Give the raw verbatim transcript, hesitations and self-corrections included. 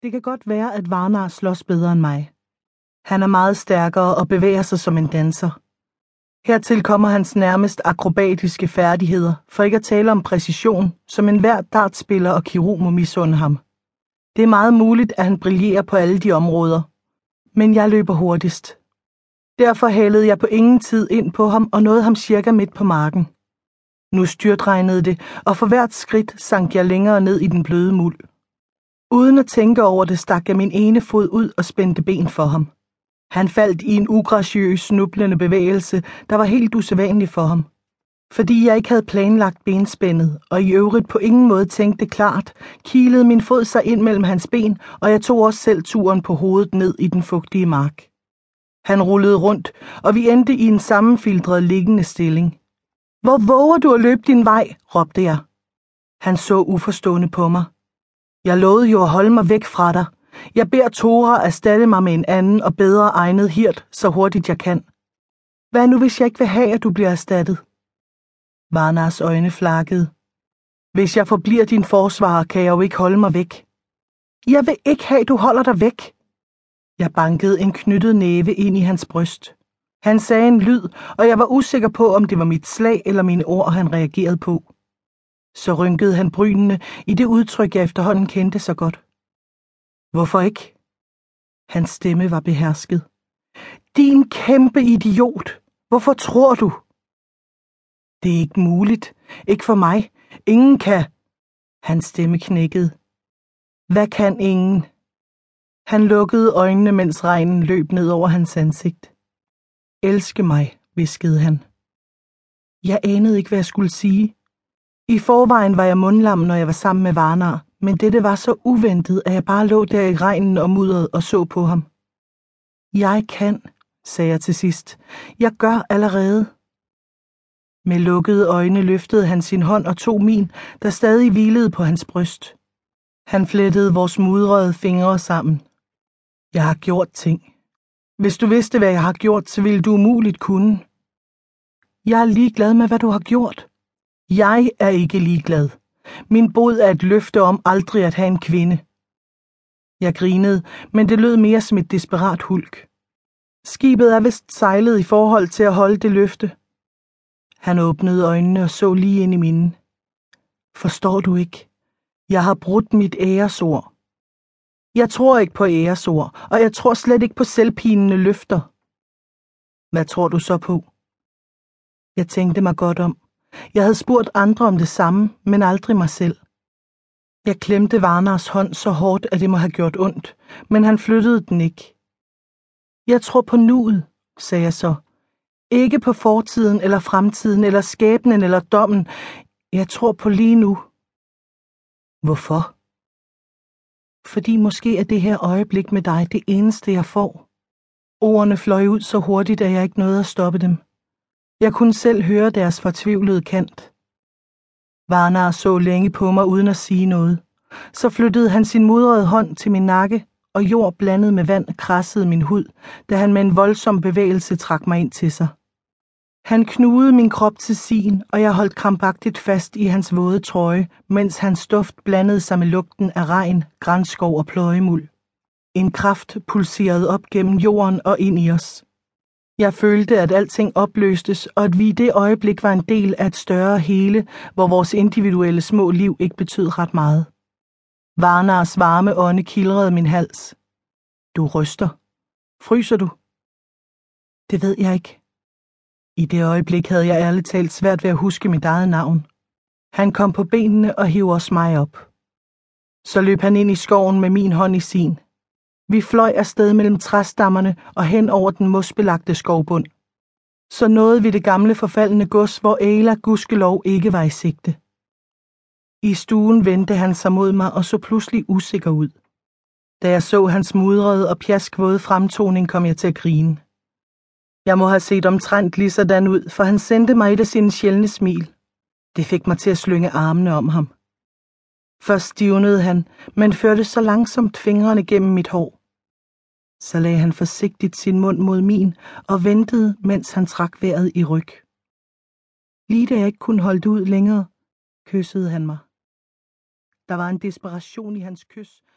Det kan godt være, at Varnar slås bedre end mig. Han er meget stærkere og bevæger sig som en danser. Hertil kommer hans nærmest akrobatiske færdigheder, for ikke at tale om præcision, som enhver dartspiller og kirurg må misunde ham. Det er meget muligt, at han brillerer på alle de områder, men jeg løber hurtigst. Derfor hælede jeg på ingen tid ind på ham og nåede ham cirka midt på marken. Nu styrtregnede det, og for hvert skridt sank jeg længere ned i den bløde muld. Uden at tænke over det, stak jeg min ene fod ud og spændte ben for ham. Han faldt i en ugraciøs, snublende bevægelse, der var helt usædvanlig for ham. Fordi jeg ikke havde planlagt benspændet, og i øvrigt på ingen måde tænkte klart, kilede min fod sig ind mellem hans ben, og jeg tog også selv turen på hovedet ned i den fugtige mark. Han rullede rundt, og vi endte i en sammenfiltret liggende stilling. "Hvor våger du at løbe din vej?" råbte jeg. Han så uforstående på mig. "Jeg lovede jo at holde mig væk fra dig. Jeg beder Tora erstatte mig med en anden og bedre egnet hirt, så hurtigt jeg kan. Hvad nu, hvis jeg ikke vil have, at du bliver erstattet?" Varnars øjne flakkede. "Hvis jeg forbliver din forsvarer, kan jeg jo ikke holde mig væk." "Jeg vil ikke have, du holder dig væk." Jeg bankede en knyttet næve ind i hans bryst. Han sagde en lyd, og jeg var usikker på, om det var mit slag eller mine ord, han reagerede på. Så rynkede han brynene i det udtryk, jeg efterhånden kendte så godt. "Hvorfor ikke?" Hans stemme var behersket. "Din kæmpe idiot! Hvorfor tror du?" "Det er ikke muligt. Ikke for mig. Ingen kan." Hans stemme knækkede. "Hvad kan ingen?" Han lukkede øjnene, mens regnen løb ned over hans ansigt. "Elske mig," hviskede han. Jeg anede ikke, hvad jeg skulle sige. I forvejen var jeg mundlam, når jeg var sammen med Varnar, men dette var så uventet, at jeg bare lå der i regnen og mudderet og så på ham. "Jeg kan," sagde jeg til sidst. "Jeg gør allerede." Med lukkede øjne løftede han sin hånd og tog min, der stadig hvilede på hans bryst. Han flettede vores mudrede fingre sammen. "Jeg har gjort ting. Hvis du vidste, hvad jeg har gjort, så ville du umuligt kunne." "Jeg er ligeglad med, hvad du har gjort." "Jeg er ikke ligeglad. Min bod er et løfte om aldrig at have en kvinde." Jeg grinede, men det lød mere som et desperat hulk. "Skibet er vist sejlet i forhold til at holde det løfte." Han åbnede øjnene og så lige ind i mine. "Forstår du ikke? Jeg har brudt mit æresord." "Jeg tror ikke på æresord, og jeg tror slet ikke på selvpinende løfter." "Hvad tror du så på?" Jeg tænkte mig godt om. Jeg havde spurgt andre om det samme, men aldrig mig selv. Jeg klemte Varnars hånd så hårdt, at det må have gjort ondt, men han flyttede den ikke. "Jeg tror på nuet," sagde jeg så. "Ikke på fortiden eller fremtiden eller skæbnen eller dommen. Jeg tror på lige nu." "Hvorfor?" "Fordi måske er det her øjeblik med dig det eneste, jeg får." Ordene fløj ud så hurtigt, at jeg ikke nåede at stoppe dem. Jeg kunne selv høre deres fortvivlede kant. Varnar så længe på mig uden at sige noget. Så flyttede han sin mudrede hånd til min nakke, og jord blandet med vand krassede min hud, da han med en voldsom bevægelse trak mig ind til sig. Han knugede min krop til sin, og jeg holdt krampagtigt fast i hans våde trøje, mens hans duft blandede sig med lugten af regn, granskov og pløjemuld. En kraft pulserede op gennem jorden og ind i os. Jeg følte, at alting opløstes, og at vi i det øjeblik var en del af et større hele, hvor vores individuelle små liv ikke betød ret meget. Varnars varme ånde kildrede min hals. "Du ryster. Fryser du?" "Det ved jeg ikke." I det øjeblik havde jeg ærligt talt svært ved at huske mit eget navn. Han kom på benene og hev også mig op. Så løb han ind i skoven med min hånd i sin. Vi fløj afsted mellem træstammerne og hen over den mosbelagte skovbund. Så nåede vi det gamle forfaldne gods, hvor Ayla gudskelov ikke var i sigte. I stuen vendte han sig mod mig og så pludselig usikker ud. Da jeg så hans mudrede og pjaskvåde fremtoning, kom jeg til at grine. Jeg må have set omtrent lige sådan ud, for han sendte mig et af sine sjældne smil. Det fik mig til at slynge armene om ham. Først stivnede han, men førte så langsomt fingrene gennem mit hår. Så lagde han forsigtigt sin mund mod min og ventede, mens han trak vejret i ryg. Lige da jeg ikke kunne holde det ud længere, kyssede han mig. Der var en desperation i hans kys,